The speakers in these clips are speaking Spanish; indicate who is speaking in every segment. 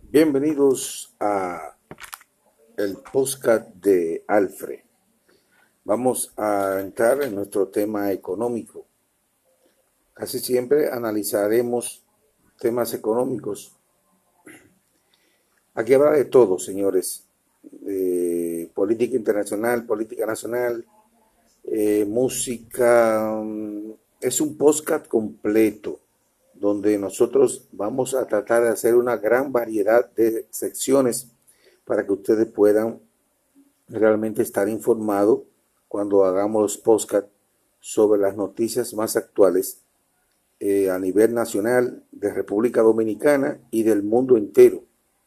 Speaker 1: Bienvenidos a el podcast de Alfred. Vamos a entrar en nuestro tema económico. Casi siempre analizaremos temas económicos. Aquí habrá de todo, señores. Política internacional, política nacional, música. Es un podcast completo donde nosotros vamos a tratar de hacer una gran variedad de secciones para que ustedes puedan realmente estar informados cuando hagamos los podcasts sobre las noticias más actuales a nivel nacional de República Dominicana y del mundo entero.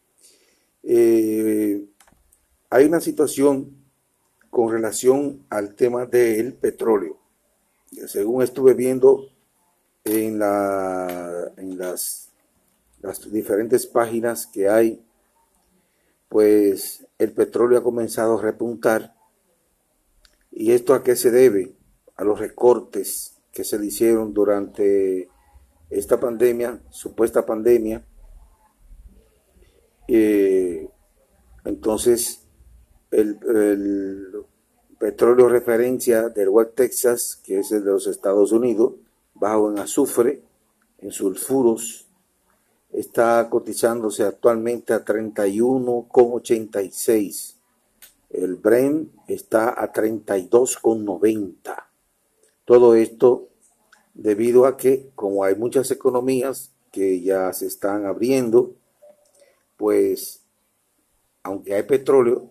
Speaker 1: Hay una situación con relación al tema del petróleo. Según estuve viendo en las diferentes páginas que hay, pues el petróleo ha comenzado a repuntar. ¿Y esto a qué se debe? A los recortes que se le hicieron durante esta pandemia, supuesta pandemia. Entonces, el petróleo referencia del West Texas, que es el de los Estados Unidos, bajo en azufre, en sulfuros, está cotizándose actualmente a 31,86. El Brent está a 32,90. Todo esto debido a que, como hay muchas economías que ya se están abriendo, pues, aunque hay petróleo,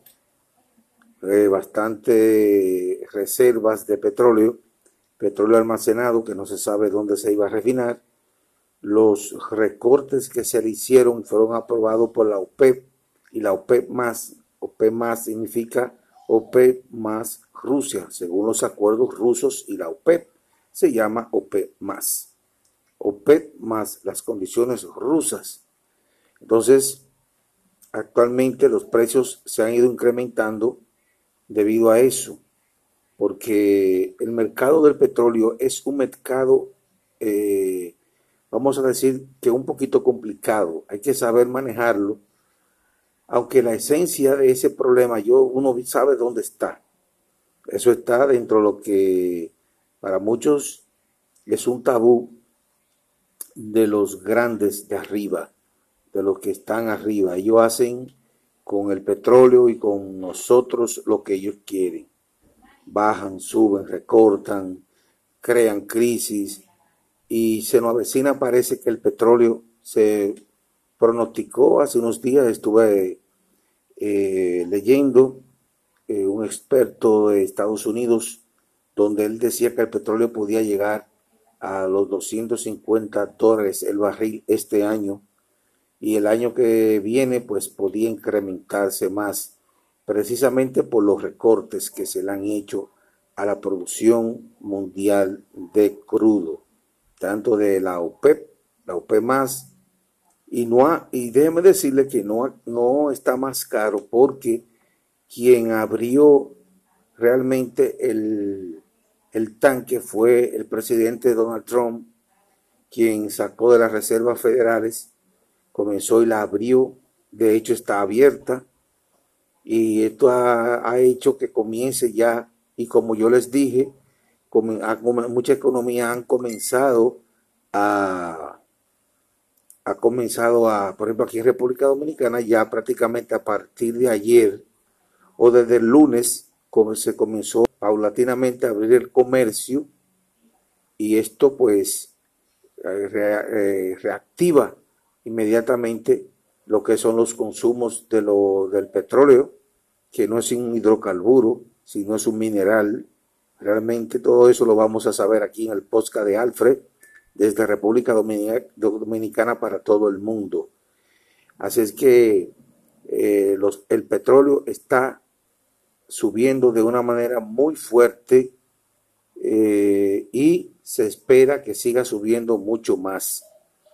Speaker 1: bastante reservas de petróleo almacenado que no se sabe dónde se iba a refinar. Los recortes que se le hicieron fueron aprobados por la OPEP y la OPEP más. OPEP más significa OPEP más Rusia, según los acuerdos rusos, y la OPEP se llama OPEP más. OPEP más las condiciones rusas. Entonces, actualmente los precios se han ido incrementando debido a eso, porque el mercado del petróleo es un mercado, vamos a decir que un poquito complicado, hay que saber manejarlo, aunque la esencia de ese problema uno sabe dónde está. Eso está dentro de lo que para muchos es un tabú de los grandes de arriba, de los que están arriba. Ellos hacen con el petróleo y con nosotros lo que ellos quieren. Bajan, suben, recortan, crean crisis y se nos avecina. Parece que el petróleo se pronosticó hace unos días. Estuve leyendo un experto de Estados Unidos donde él decía que el petróleo podía llegar a los $250 el barril este año, y el año que viene pues podía incrementarse más, precisamente por los recortes que se le han hecho a la producción mundial de crudo, tanto de la OPEP, la OPEP más, y déjeme decirle que no está más caro, porque quien abrió realmente el tanque fue el presidente Donald Trump, quien sacó de las reservas federales, comenzó y la abrió. De hecho está abierta, y esto ha hecho que comience ya, y como yo les dije, muchas economías han comenzado por ejemplo, aquí en República Dominicana, ya prácticamente a partir de ayer o desde el lunes, como se comenzó paulatinamente a abrir el comercio, y esto pues reactiva inmediatamente lo que son los consumos del petróleo, que no es un hidrocarburo, sino es un mineral. Realmente todo eso lo vamos a saber aquí en el podcast de Alfred, desde República Dominicana para todo el mundo. Así es que el petróleo está subiendo de una manera muy fuerte, y se espera que siga subiendo mucho más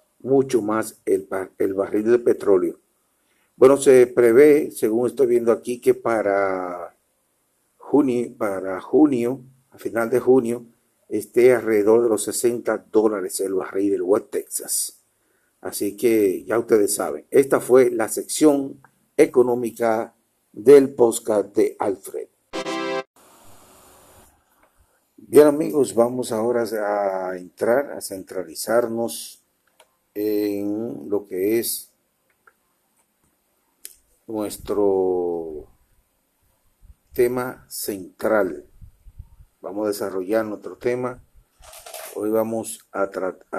Speaker 1: el barril de petróleo. Bueno, se prevé, según estoy viendo aquí, que para junio, a final de junio, esté alrededor de los $60 el barril del West Texas. Así que ya ustedes saben, esta fue la sección económica del podcast de Alfred. Bien amigos, vamos ahora a entrar, a centralizarnos en lo que es nuestro tema central. Vamos a desarrollar nuestro tema. Hoy vamos a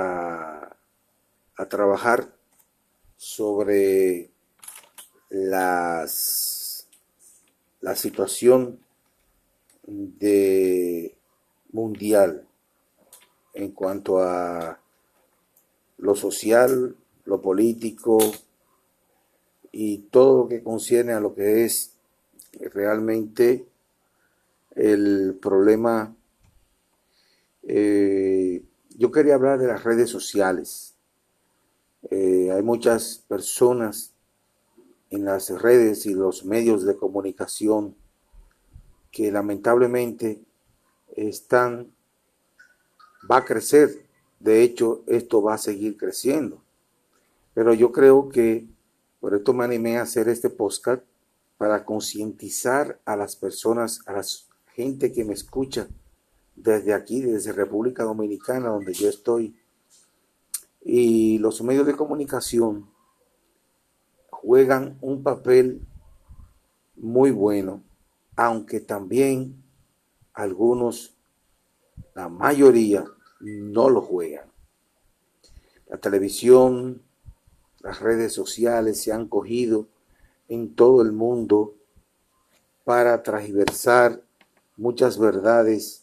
Speaker 1: trabajar sobre la situación mundial en cuanto a lo social, lo político y todo lo que concierne a lo que es realmente el problema. Yo quería hablar de las redes sociales. Hay muchas personas en las redes y los medios de comunicación que lamentablemente va a crecer. De hecho, esto va a seguir creciendo. Pero yo creo que por esto me animé a hacer este podcast para concientizar a las personas, a la gente que me escucha desde aquí, desde República Dominicana, donde yo estoy. Y los medios de comunicación juegan un papel muy bueno, aunque también algunos, la mayoría, no lo juegan. La televisión, las redes sociales se han cogido en todo el mundo para transversar muchas verdades,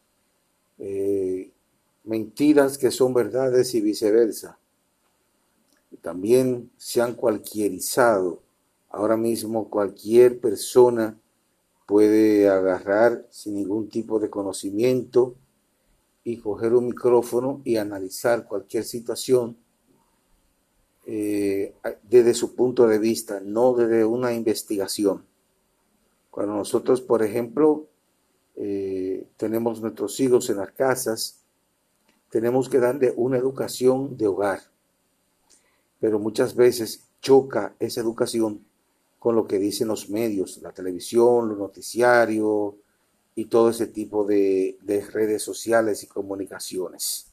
Speaker 1: mentiras que son verdades y viceversa. También se han cualquierizado. Ahora mismo cualquier persona puede agarrar sin ningún tipo de conocimiento y coger un micrófono y analizar cualquier situación desde su punto de vista, no desde una investigación. Cuando nosotros, por ejemplo, tenemos nuestros hijos en las casas, tenemos que darle una educación de hogar, pero muchas veces choca esa educación con lo que dicen los medios, la televisión, los noticiarios y todo ese tipo de redes sociales y comunicaciones.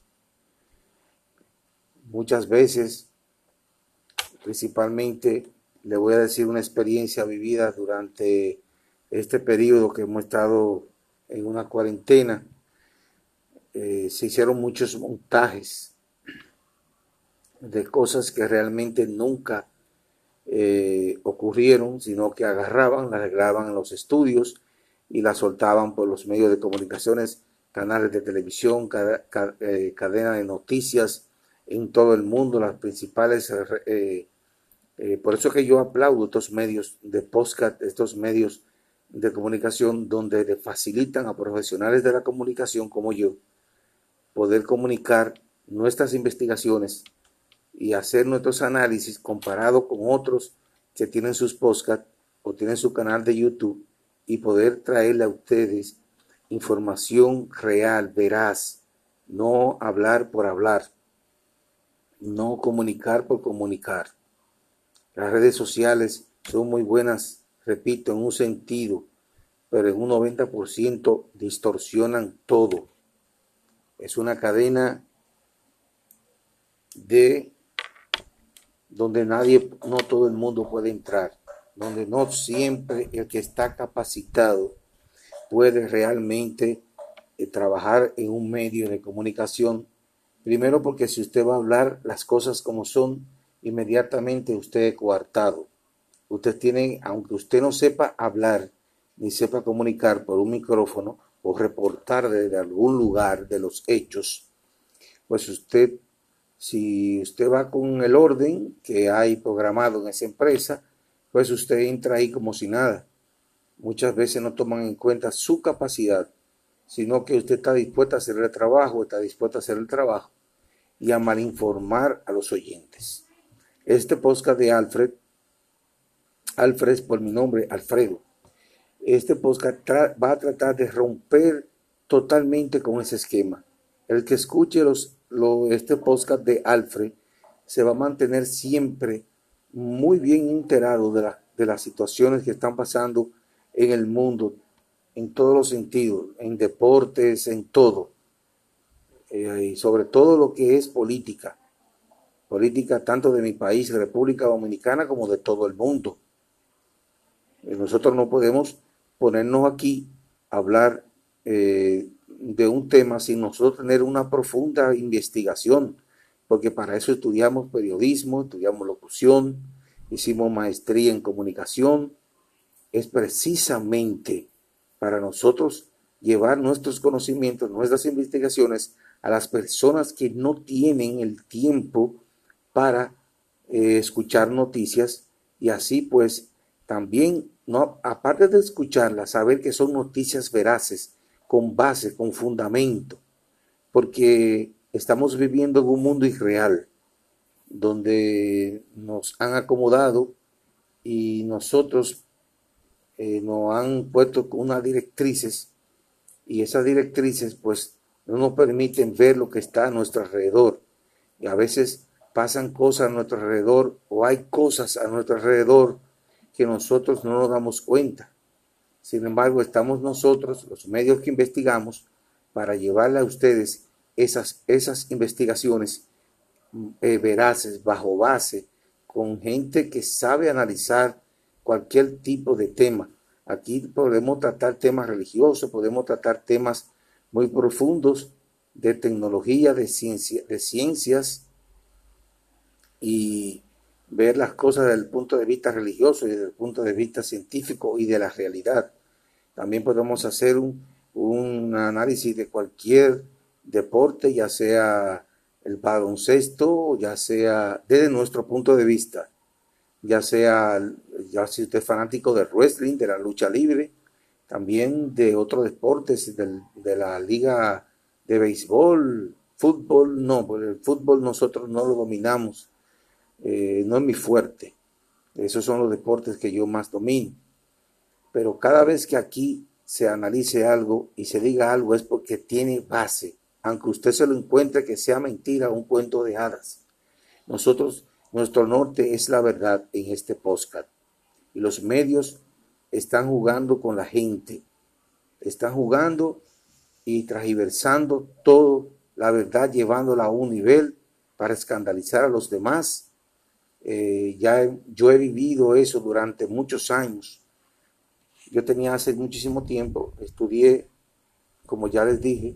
Speaker 1: Muchas veces, principalmente, le voy a decir una experiencia vivida durante este periodo que hemos estado en una cuarentena. Se hicieron muchos montajes de cosas que realmente nunca ocurrieron, sino que agarraban, las grababan en los estudios y las soltaban por los medios de comunicaciones, canales de televisión, cadenas de noticias en todo el mundo, las principales. Por eso que yo aplaudo estos medios de podcast, estos medios de comunicación donde le facilitan a profesionales de la comunicación como yo poder comunicar nuestras investigaciones y hacer nuestros análisis comparado con otros que tienen sus podcasts o tienen su canal de YouTube y poder traerle a ustedes información real, veraz, no hablar por hablar, no comunicar por comunicar. Las redes sociales son muy buenas, repito, en un sentido, pero en un 90% distorsionan todo. Es una cadena donde no todo el mundo puede entrar, donde no siempre el que está capacitado puede realmente trabajar en un medio de comunicación. Primero porque si usted va a hablar las cosas como son, inmediatamente usted es coartado. Usted tiene, aunque usted no sepa hablar ni sepa comunicar por un micrófono o reportar desde algún lugar de los hechos, pues usted, si usted va con el orden que hay programado en esa empresa, pues usted entra ahí como si nada. Muchas veces no toman en cuenta su capacidad, sino que usted está dispuesto a hacer el trabajo, y a malinformar a los oyentes. Este podcast de Alfred es por mi nombre, Alfredo. Este podcast va a tratar de romper totalmente con ese esquema. El que escuche este podcast de Alfred se va a mantener siempre muy bien enterado de las situaciones que están pasando en el mundo, en todos los sentidos, en deportes, en todo, y sobre todo lo que es política, política tanto de mi país, República Dominicana, como de todo el mundo. Nosotros no podemos ponernos aquí a hablar de un tema sin nosotros tener una profunda investigación, porque para eso estudiamos periodismo, estudiamos locución, hicimos maestría en comunicación. Es precisamente para nosotros llevar nuestros conocimientos, nuestras investigaciones a las personas que no tienen el tiempo para escuchar noticias, y así pues también, no, aparte de escucharlas, saber que son noticias veraces, con base, con fundamento, porque estamos viviendo en un mundo irreal, donde nos han acomodado y nosotros nos han puesto unas directrices, y esas directrices pues no nos permiten ver lo que está a nuestro alrededor, y a veces pasan cosas a nuestro alrededor, o hay cosas a nuestro alrededor que nosotros no nos damos cuenta. Sin embargo, estamos nosotros, los medios que investigamos, para llevarle a ustedes esas investigaciones veraces, bajo base, con gente que sabe analizar cualquier tipo de tema. Aquí podemos tratar temas religiosos, podemos tratar temas muy profundos de tecnología, de ciencias, y ver las cosas desde el punto de vista religioso y desde el punto de vista científico y de la realidad. También podemos hacer un análisis de cualquier deporte, ya sea el baloncesto, ya sea desde nuestro punto de vista, ya si usted es fanático del wrestling, de la lucha libre, también de otros deportes, de la liga de béisbol, fútbol, no, porque el fútbol nosotros no lo dominamos, no es mi fuerte. Esos son los deportes que yo más domino. Pero cada vez que aquí se analice algo y se diga algo es porque tiene base, aunque usted se lo encuentre que sea mentira o un cuento de hadas. Nuestro norte es la verdad en este podcast. Y los medios están jugando con la gente, están jugando y transversando todo la verdad, llevándola a un nivel para escandalizar a los demás. Yo he vivido eso durante muchos años. Yo tenía hace muchísimo tiempo, estudié, como ya les dije,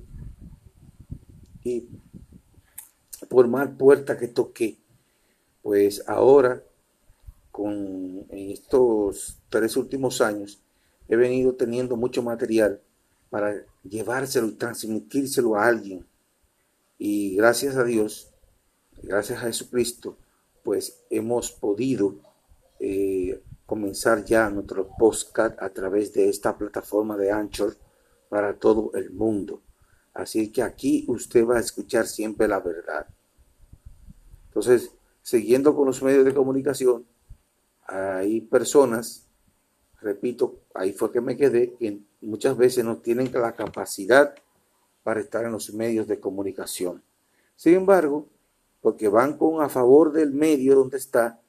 Speaker 1: y por más puerta que toqué, pues ahora, en estos 3 últimos años, he venido teniendo mucho material para llevárselo y transmitírselo a alguien. Y gracias a Dios, gracias a Jesucristo, pues hemos podido comenzar ya nuestro podcast a través de esta plataforma de Anchor para todo el mundo. Así que aquí usted va a escuchar siempre la verdad. Entonces, siguiendo con los medios de comunicación, hay personas, repito, ahí fue que me quedé, que muchas veces no tienen la capacidad para estar en los medios de comunicación. Sin embargo, porque van a favor del medio donde está,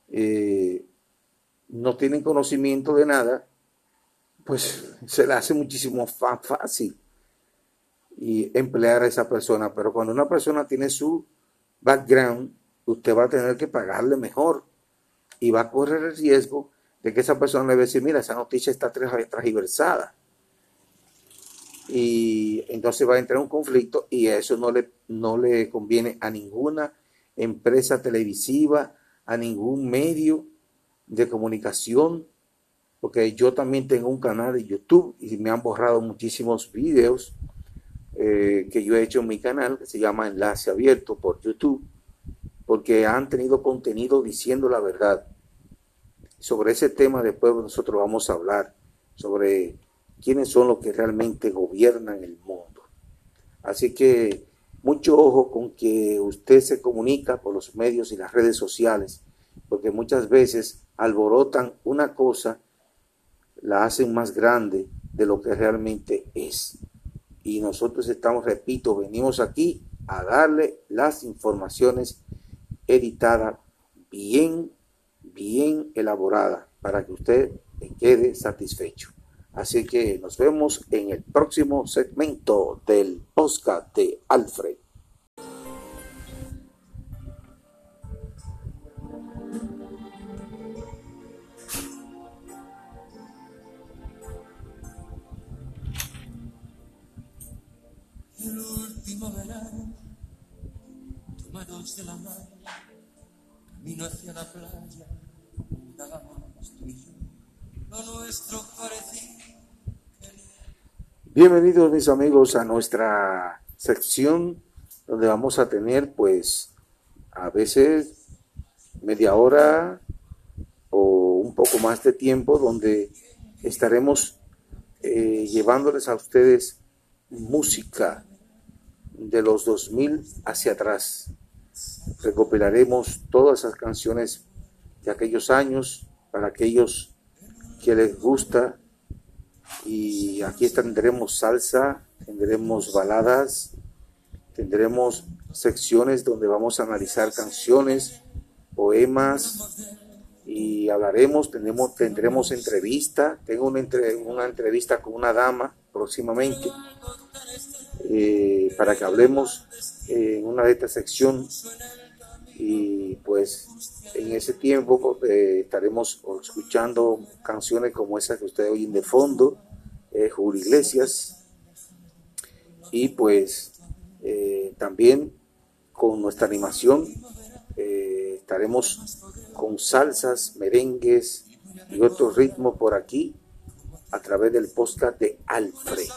Speaker 1: no tienen conocimiento de nada, pues se le hace muchísimo fácil y emplear a esa persona. Pero cuando una persona tiene su background, usted va a tener que pagarle mejor y va a correr el riesgo de que esa persona le va a decir, mira, esa noticia está transversada. Y entonces va a entrar un conflicto, y eso no le conviene a ninguna empresa televisiva, a ningún medio de comunicación, porque yo también tengo un canal de YouTube y me han borrado muchísimos videos que yo he hecho en mi canal, que se llama Enlace Abierto por YouTube, porque han tenido contenido diciendo la verdad. Sobre ese tema después nosotros vamos a hablar sobre quiénes son los que realmente gobiernan el mundo. Así que mucho ojo con que usted se comunica por los medios y las redes sociales, porque muchas veces alborotan una cosa, la hacen más grande de lo que realmente es. Y nosotros estamos, repito, venimos aquí a darle las informaciones editada, bien elaborada, para que usted quede satisfecho. Así que nos vemos en el próximo segmento del podcast de Alfred.
Speaker 2: El último verano, tomados de la mano, camino hacia la playa, nadábamos tú y yo, lo nuestro parecía.
Speaker 1: Bienvenidos mis amigos a nuestra sección donde vamos a tener pues a veces media hora o un poco más de tiempo donde estaremos llevándoles a ustedes música de los 2000 hacia atrás. Recopilaremos todas esas canciones de aquellos años para aquellos que les gusta, y aquí tendremos salsa, tendremos baladas, tendremos secciones donde vamos a analizar canciones, poemas, y hablaremos, tendremos entrevista. Tengo una entrevista con una dama próximamente, para que hablemos en una de estas secciones, y pues en ese tiempo estaremos escuchando canciones como esa que ustedes oyen de fondo, Julio Iglesias, y pues también con nuestra animación estaremos con salsas, merengues y otros ritmos por aquí a través del podcast de Alfred.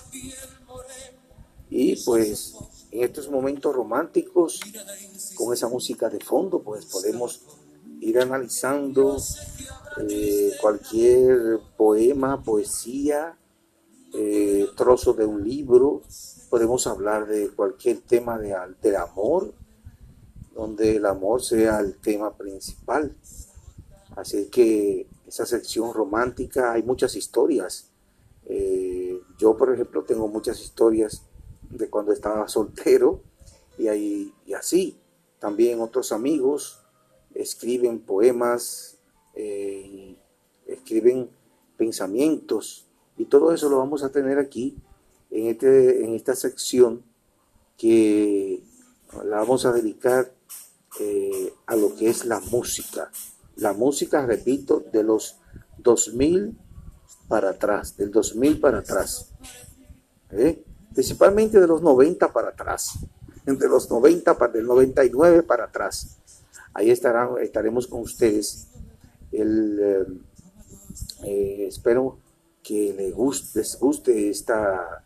Speaker 1: Y pues en estos momentos románticos, con esa música de fondo, pues podemos ir analizando cualquier poema, poesía, trozo de un libro. Podemos hablar de cualquier tema del amor, donde el amor sea el tema principal. Así que esa sección romántica, hay muchas historias. Yo, por ejemplo, tengo muchas historias de cuando estaba soltero, y así. También otros amigos escriben poemas, escriben pensamientos, y todo eso lo vamos a tener aquí en esta sección que la vamos a dedicar a lo que es la música. La música, repito, de los 2000 para atrás, del 2000 para atrás, principalmente de los 90 para atrás, entre los 90 del 99 para atrás. Ahí estaremos con ustedes. Espero que les guste esta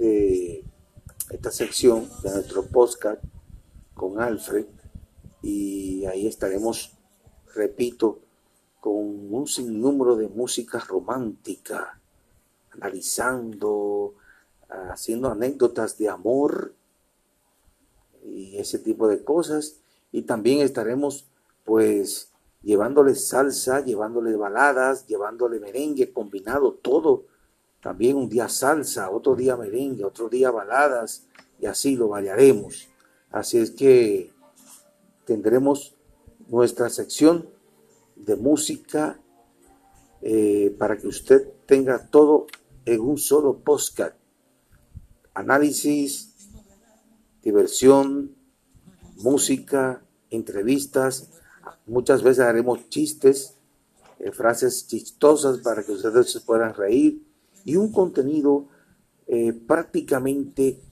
Speaker 1: sección de nuestro podcast con Alfred, y ahí estaremos, repito, con un sinnúmero de música romántica, analizando, haciendo anécdotas de amor y ese tipo de cosas. Y también estaremos pues llevándole salsa, llevándole baladas, llevándole merengue combinado, todo. También un día salsa, otro día merengue, otro día baladas, y así lo variaremos. Así es que tendremos nuestra sección de música para que usted tenga todo en un solo podcast. Análisis, diversión, música, entrevistas. Muchas veces haremos chistes, frases chistosas para que ustedes se puedan reír, y un contenido prácticamente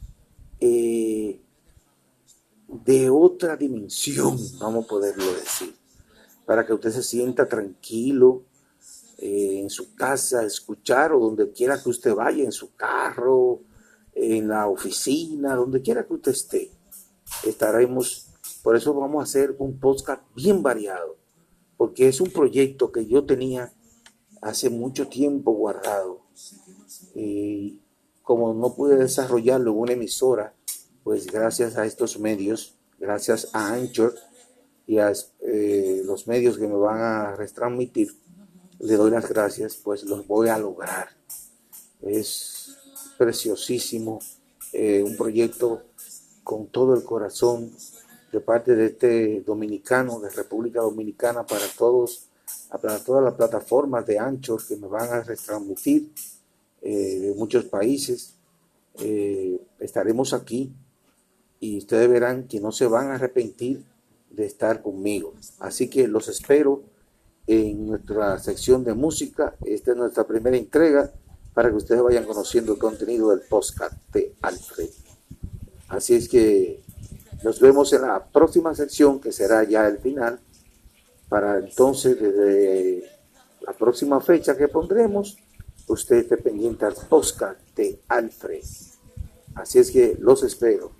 Speaker 1: de otra dimensión, vamos a poderlo decir, para que usted se sienta tranquilo en su casa, escuchar, o donde quiera que usted vaya, en su carro, en la oficina, donde quiera que usted esté. Estaremos, por eso vamos a hacer un podcast bien variado, porque es un proyecto que yo tenía hace mucho tiempo guardado, y como no pude desarrollarlo en una emisora, pues gracias a estos medios, gracias a Anchor y a los medios que me van a retransmitir, le doy las gracias, pues los voy a lograr. Es preciosísimo, un proyecto con todo el corazón, de parte de este dominicano de República Dominicana para todas las plataformas de Anchor que me van a retransmitir de muchos países. Estaremos aquí y ustedes verán que no se van a arrepentir de estar conmigo. Así que los espero en nuestra sección de música. Esta es nuestra primera entrega para que ustedes vayan conociendo el contenido del podcast de Alfred. Así es que nos vemos en la próxima sección, que será ya el final, para entonces desde la próxima fecha que pondremos, usted esté pendiente al podcast de Alfred. Así es que los espero.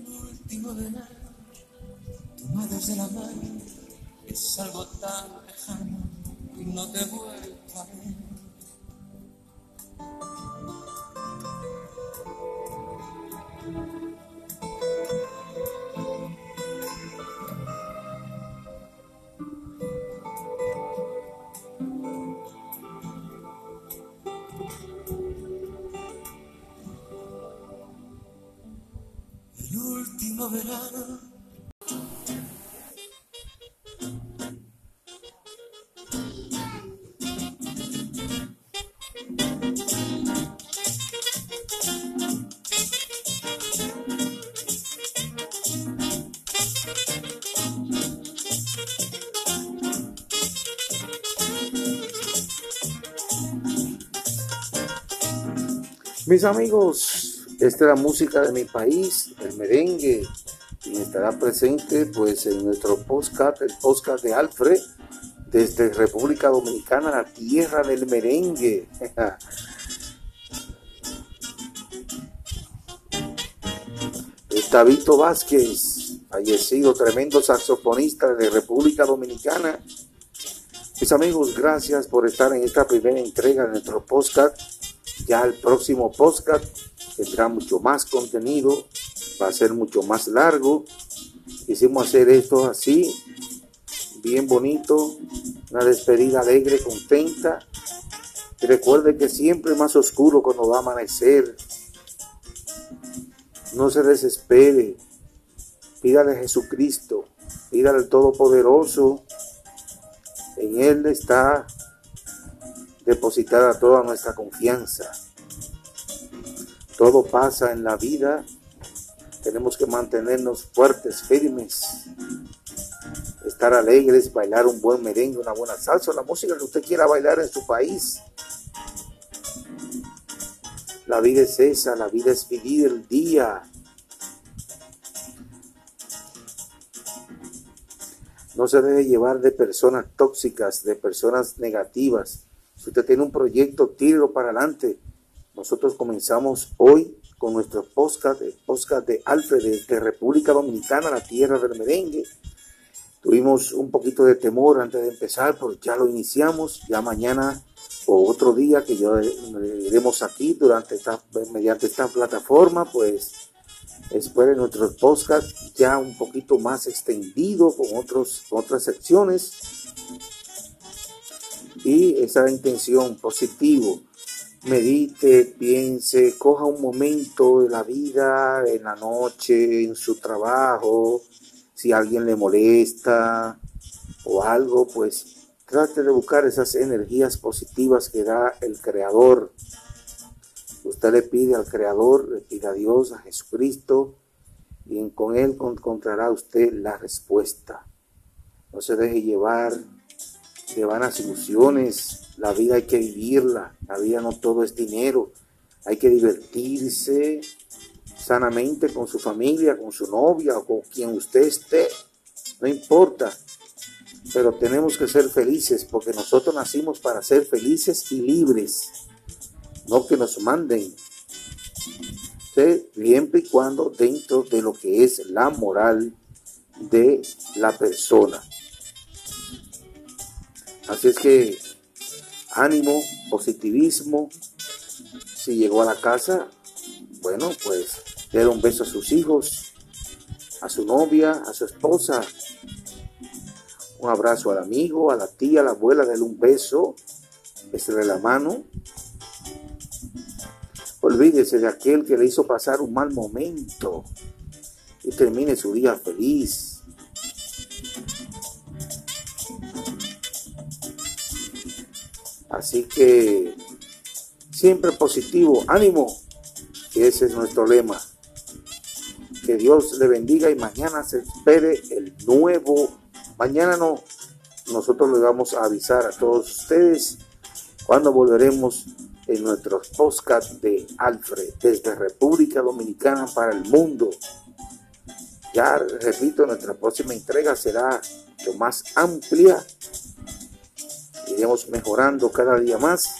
Speaker 2: Desde la mano es algo tan lejano y no te vuelvo a ver. El último verano.
Speaker 1: Mis amigos, esta es la música de mi país, el merengue, y estará presente pues en nuestro podcast, el podcast de Alfred, desde República Dominicana, la tierra del merengue. Tabito Vázquez, fallecido, tremendo saxofonista de República Dominicana. Mis amigos, gracias por estar en esta primera entrega de nuestro podcast. Ya el próximo podcast tendrá mucho más contenido, va a ser mucho más largo. Quisimos hacer esto así, bien bonito, una despedida alegre, contenta. Y recuerde que siempre es más oscuro cuando va a amanecer. No se desespere, pídale a Jesucristo, pídale al Todopoderoso. En Él está depositada toda nuestra confianza. Todo pasa en la vida, tenemos que mantenernos fuertes, firmes, estar alegres, bailar un buen merengue, una buena salsa, la música que usted quiera bailar en su país. La vida es esa, la vida es vivir el día. No se debe llevar de personas tóxicas, de personas negativas. Si usted tiene un proyecto, tírelo para adelante. Nosotros comenzamos hoy con nuestro podcast, el podcast de Alfred de República Dominicana, la tierra del merengue. Tuvimos un poquito de temor antes de empezar, pero ya lo iniciamos. Ya mañana o otro día que yo iremos aquí mediante esta plataforma, pues esperen nuestros podcasts ya un poquito más extendido con otras secciones. Y esa es la intención, positivo. Medite, piense, coja un momento de la vida, en la noche, en su trabajo, si alguien le molesta o algo, pues trate de buscar esas energías positivas que da el Creador. Usted le pide al Creador, le pide a Dios, a Jesucristo, y con Él encontrará usted la respuesta. No se deje llevar de vanas ilusiones. La vida hay que vivirla. La vida no todo es dinero. Hay que divertirse sanamente con su familia, con su novia o con quien usted esté. No importa. Pero tenemos que ser felices porque nosotros nacimos para ser felices y libres. No que nos manden. Siempre y cuando dentro de lo que es la moral de la persona. Así es que ánimo, positivismo. Si llegó a la casa, bueno, pues déle un beso a sus hijos, a su novia, a su esposa. Un abrazo al amigo, a la tía, a la abuela, déle un beso, bésele la mano. Olvídese de aquel que le hizo pasar un mal momento y termine su día feliz. Así que siempre positivo, ánimo, que ese es nuestro lema. Que Dios le bendiga y mañana se espere el nuevo. Mañana no, nosotros le vamos a avisar a todos ustedes cuando volveremos en nuestros podcasts de Alfred desde República Dominicana para el mundo. Ya repito, nuestra próxima entrega será mucho más amplia. Iremos mejorando cada día más.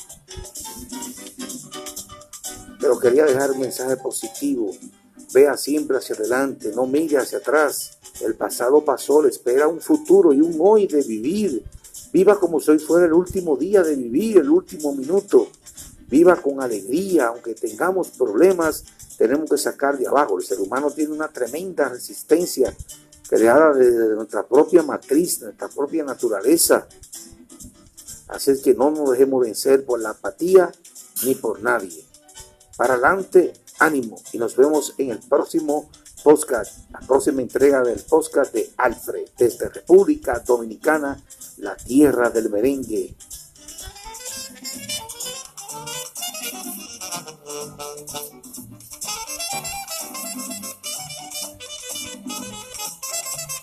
Speaker 1: Pero quería dejar un mensaje positivo. Vea siempre hacia adelante, no mire hacia atrás. El pasado pasó, le espera un futuro y un hoy de vivir. Viva como si hoy fuera el último día de vivir, el último minuto. Viva con alegría, aunque tengamos problemas, tenemos que sacar de abajo. El ser humano tiene una tremenda resistencia creada desde nuestra propia matriz, nuestra propia naturaleza. Así es que no nos dejemos vencer por la apatía ni por nadie. Para adelante, ánimo, y nos vemos en el próximo podcast, la próxima entrega del podcast de Alfred desde República Dominicana, la tierra del merengue.